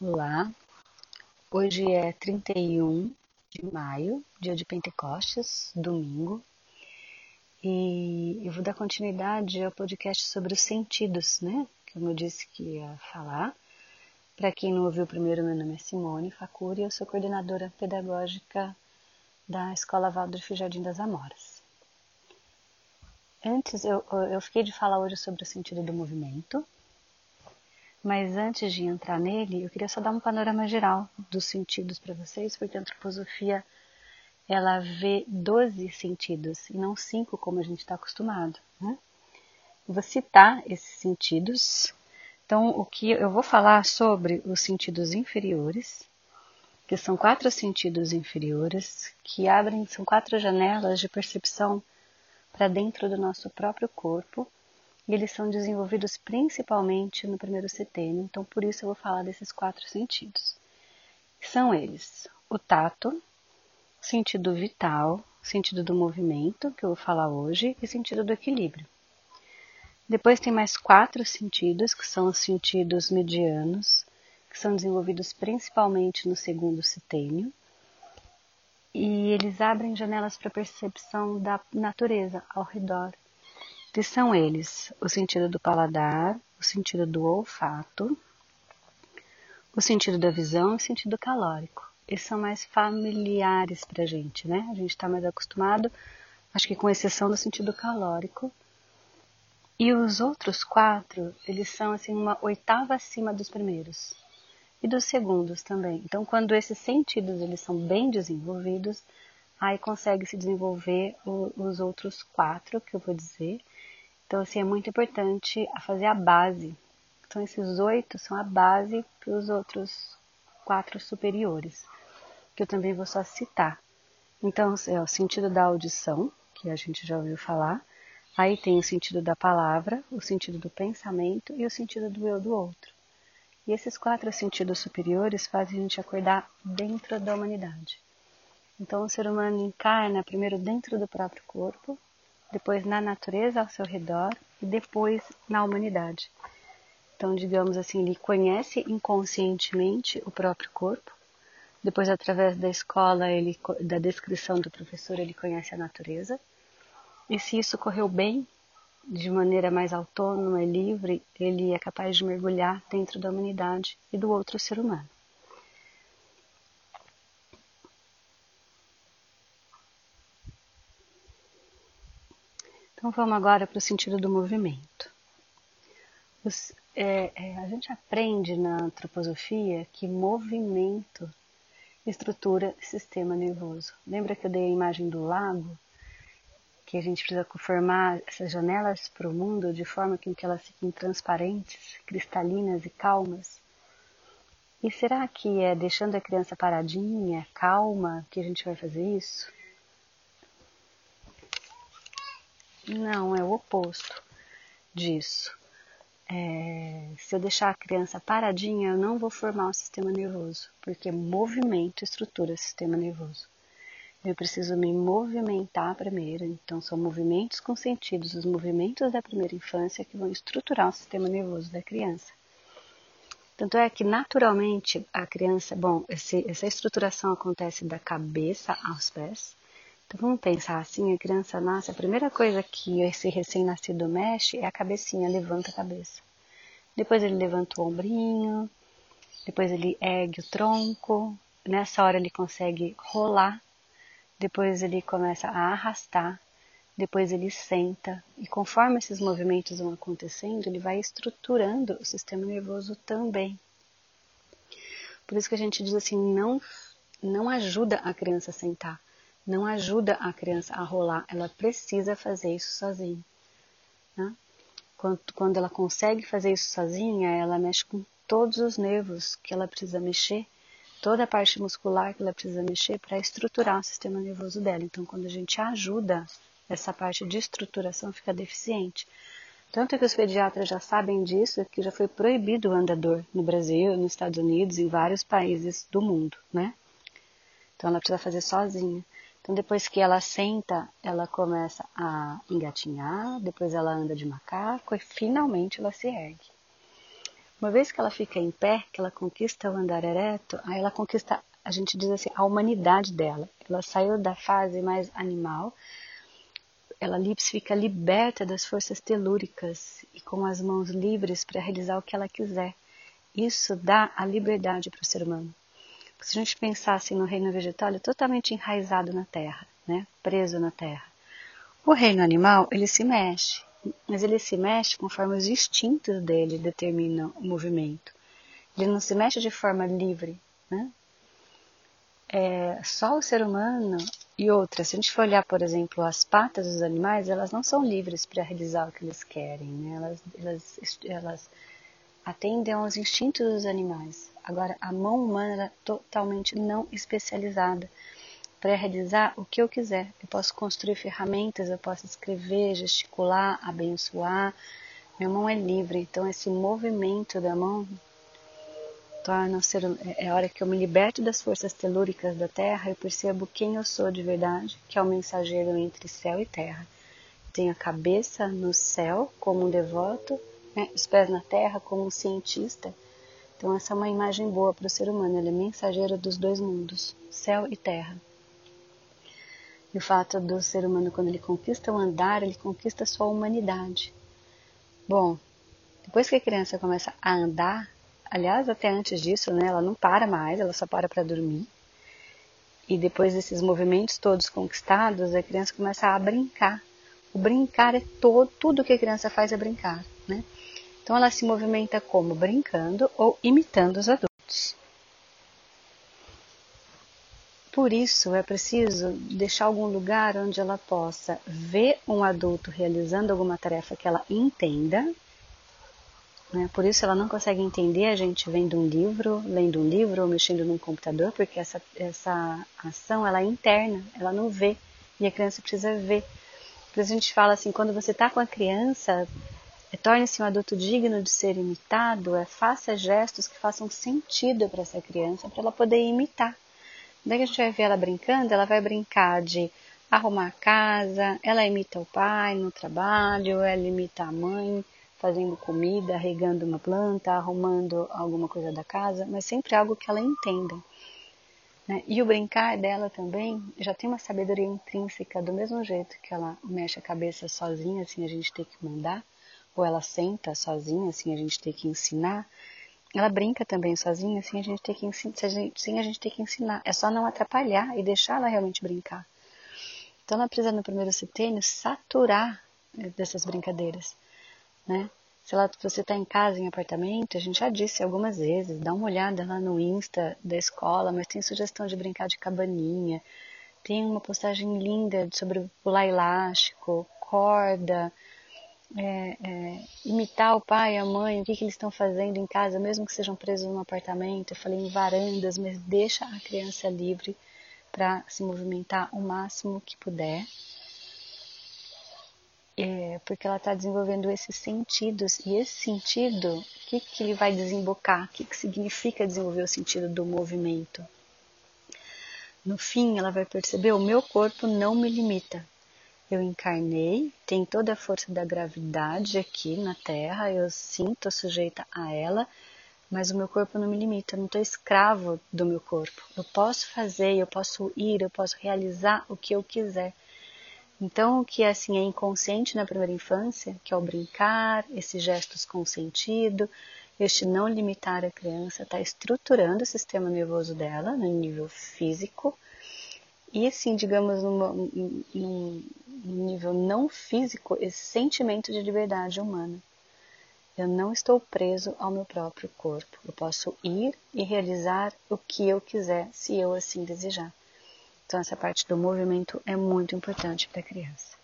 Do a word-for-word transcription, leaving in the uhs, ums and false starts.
Olá, hoje é trinta e um de maio, dia de Pentecostes, domingo, e eu vou dar continuidade ao podcast sobre os sentidos, né? Como eu disse que ia falar. Para quem não ouviu primeiro, meu nome é Simone Facuri, eu sou coordenadora pedagógica da Escola Waldorf Jardim das Amoras. Antes, eu, eu fiquei de falar hoje sobre o sentido do movimento, mas antes de entrar nele, eu queria só dar um panorama geral dos sentidos para vocês, porque a antroposofia ela vê doze sentidos e não cinco como a gente está acostumado, né? Eu vou citar esses sentidos. Então, o que eu vou falar sobre os sentidos inferiores, que são quatro sentidos inferiores, que abrem, são quatro janelas de percepção para dentro do nosso próprio corpo, e eles são desenvolvidos principalmente no primeiro setênio, então por isso eu vou falar desses quatro sentidos. São eles: o tato, o sentido vital, o sentido do movimento, que eu vou falar hoje, e o sentido do equilíbrio. Depois tem mais quatro sentidos, que são os sentidos medianos, que são desenvolvidos principalmente no segundo setênio, e eles abrem janelas para a percepção da natureza ao redor. Que são eles: o sentido do paladar, o sentido do olfato, o sentido da visão e o sentido calórico. Esses são mais familiares para a gente, né? A gente está mais acostumado, acho que com exceção do sentido calórico. E os outros quatro, eles são assim uma oitava acima dos primeiros e dos segundos também. Então, quando esses sentidos eles são bem desenvolvidos, aí consegue se desenvolver o, os outros quatro que eu vou dizer. Então, assim, é muito importante a fazer a base. Então, esses oito são a base para os outros quatro superiores, que eu também vou só citar. Então, é o sentido da audição, que a gente já ouviu falar. Aí tem o sentido da palavra, o sentido do pensamento e o sentido do eu do outro. E esses quatro sentidos superiores fazem a gente acordar dentro da humanidade. Então, o ser humano encarna primeiro dentro do próprio corpo, depois na natureza ao seu redor e depois na humanidade. Então, digamos assim, ele conhece inconscientemente o próprio corpo, depois através da escola, ele, da descrição do professor, ele conhece a natureza, e se isso correu bem, de maneira mais autônoma e livre, ele é capaz de mergulhar dentro da humanidade e do outro ser humano. Então vamos agora para o sentido do movimento. Os, é, é, a gente aprende na antroposofia que movimento estrutura o sistema nervoso. Lembra que eu dei a imagem do lago? Que a gente precisa formar essas janelas para o mundo de forma que elas fiquem transparentes, cristalinas e calmas. E será que é deixando a criança paradinha, calma, que a gente vai fazer isso? Não, é o oposto disso. É, se eu deixar a criança paradinha, eu não vou formar o sistema nervoso, porque movimento estrutura o sistema nervoso. Eu preciso me movimentar primeiro, então são movimentos com sentidos, os movimentos da primeira infância que vão estruturar o sistema nervoso da criança. Tanto é que naturalmente a criança, bom, esse, essa estruturação acontece da cabeça aos pés. Então vamos pensar assim, a criança nasce, a primeira coisa que esse recém-nascido mexe é a cabecinha, levanta a cabeça. Depois ele levanta o ombrinho, depois ele ergue o tronco, nessa hora ele consegue rolar, depois ele começa a arrastar, depois ele senta, e conforme esses movimentos vão acontecendo, ele vai estruturando o sistema nervoso também. Por isso que a gente diz assim, não, não ajuda a criança a sentar, não ajuda a criança a rolar, ela precisa fazer isso sozinha. Né? Quando, quando ela consegue fazer isso sozinha, ela mexe com todos os nervos que ela precisa mexer, toda a parte muscular que ela precisa mexer para estruturar o sistema nervoso dela. Então, quando a gente ajuda, essa parte de estruturação fica deficiente. Tanto que os pediatras já sabem disso, que já foi proibido o andador no Brasil, nos Estados Unidos, em vários países do mundo, né? Então, ela precisa fazer sozinha. Então, depois que ela senta, ela começa a engatinhar, depois ela anda de macaco e finalmente ela se ergue. Uma vez que ela fica em pé, que ela conquista o andar ereto, aí ela conquista, a gente diz assim, a humanidade dela. Ela saiu da fase mais animal, ela fica liberta das forças telúricas e com as mãos livres para realizar o que ela quiser. Isso dá a liberdade para o ser humano. Se a gente pensasse no reino vegetal, ele é totalmente enraizado na terra, né? Preso na terra. O reino animal, ele se mexe, mas ele se mexe conforme os instintos dele determinam o movimento. Ele não se mexe de forma livre, né? É, só o ser humano e outra, se a gente for olhar, por exemplo, as patas dos animais, elas não são livres para realizar o que eles querem, né? Elas, elas, elas atendem aos instintos dos animais. Agora, a mão humana é totalmente não especializada para realizar o que eu quiser. Eu posso construir ferramentas, eu posso escrever, gesticular, abençoar. Minha mão é livre, então esse movimento da mão torna o ser, é a hora que eu me liberto das forças telúricas da terra e percebo quem eu sou de verdade, que é o mensageiro entre céu e terra. Tenho a cabeça no céu como um devoto, né, os pés na terra como um cientista. Então essa é uma imagem boa para o ser humano, ele é mensageiro dos dois mundos, céu e terra. E o fato do ser humano, quando ele conquista o andar, ele conquista a sua humanidade. Bom, depois que a criança começa a andar, aliás, até antes disso, né, ela não para mais, ela só para para dormir. E depois desses movimentos todos conquistados, a criança começa a brincar. O brincar é todo, tudo que a criança faz é brincar, né? Então ela se movimenta como? Brincando ou imitando os adultos. Por isso é preciso deixar algum lugar onde ela possa ver um adulto realizando alguma tarefa que ela entenda, né? Por isso ela não consegue entender a gente vendo um livro, lendo um livro ou mexendo num computador, porque essa, essa ação ela é interna, ela não vê e a criança precisa ver. Por isso a gente fala assim, quando você está com a criança, é, torne-se um adulto digno de ser imitado, é, faça gestos que façam sentido para essa criança, para ela poder imitar. Daí que a gente vai ver ela brincando, ela vai brincar de arrumar a casa, ela imita o pai no trabalho, ela imita a mãe fazendo comida, regando uma planta, arrumando alguma coisa da casa, mas sempre algo que ela entenda. Né? E o brincar dela também já tem uma sabedoria intrínseca, do mesmo jeito que ela mexe a cabeça sozinha, assim a gente tem que mandar, ou ela senta sozinha, assim a gente tem que ensinar. Ela brinca também sozinha, assim a gente tem que ensinar, sim, a gente tem que ensinar. É só não atrapalhar e deixar ela realmente brincar. Então ela precisa no primeiro setênio saturar dessas brincadeiras, né? Se ela, você está em casa, em apartamento, a gente já disse algumas vezes, dá uma olhada lá no Insta da escola, mas tem sugestão de brincar de cabaninha, tem uma postagem linda sobre pular elástico, corda, É, é, imitar o pai e a mãe, o que, que eles estão fazendo em casa, mesmo que sejam presos num apartamento. Eu falei em varandas, mas deixa a criança livre para se movimentar o máximo que puder, é, porque ela está desenvolvendo esses sentidos, e esse sentido, o que, que ele vai desembocar, o que, que significa desenvolver o sentido do movimento. No fim, ela vai perceber, o meu corpo não me limita. Eu encarnei, tem toda a força da gravidade aqui na Terra, eu sim estou sujeita a ela, mas o meu corpo não me limita, eu não estou escravo do meu corpo. Eu posso fazer, eu posso ir, eu posso realizar o que eu quiser. Então, o que assim é inconsciente na primeira infância, que é o brincar, esses gestos com sentido, este não limitar a criança, está estruturando o sistema nervoso dela no nível físico. E assim, digamos, numa, num nível não físico, esse sentimento de liberdade humana. Eu não estou preso ao meu próprio corpo. Eu posso ir e realizar o que eu quiser, se eu assim desejar. Então essa parte do movimento é muito importante para a criança.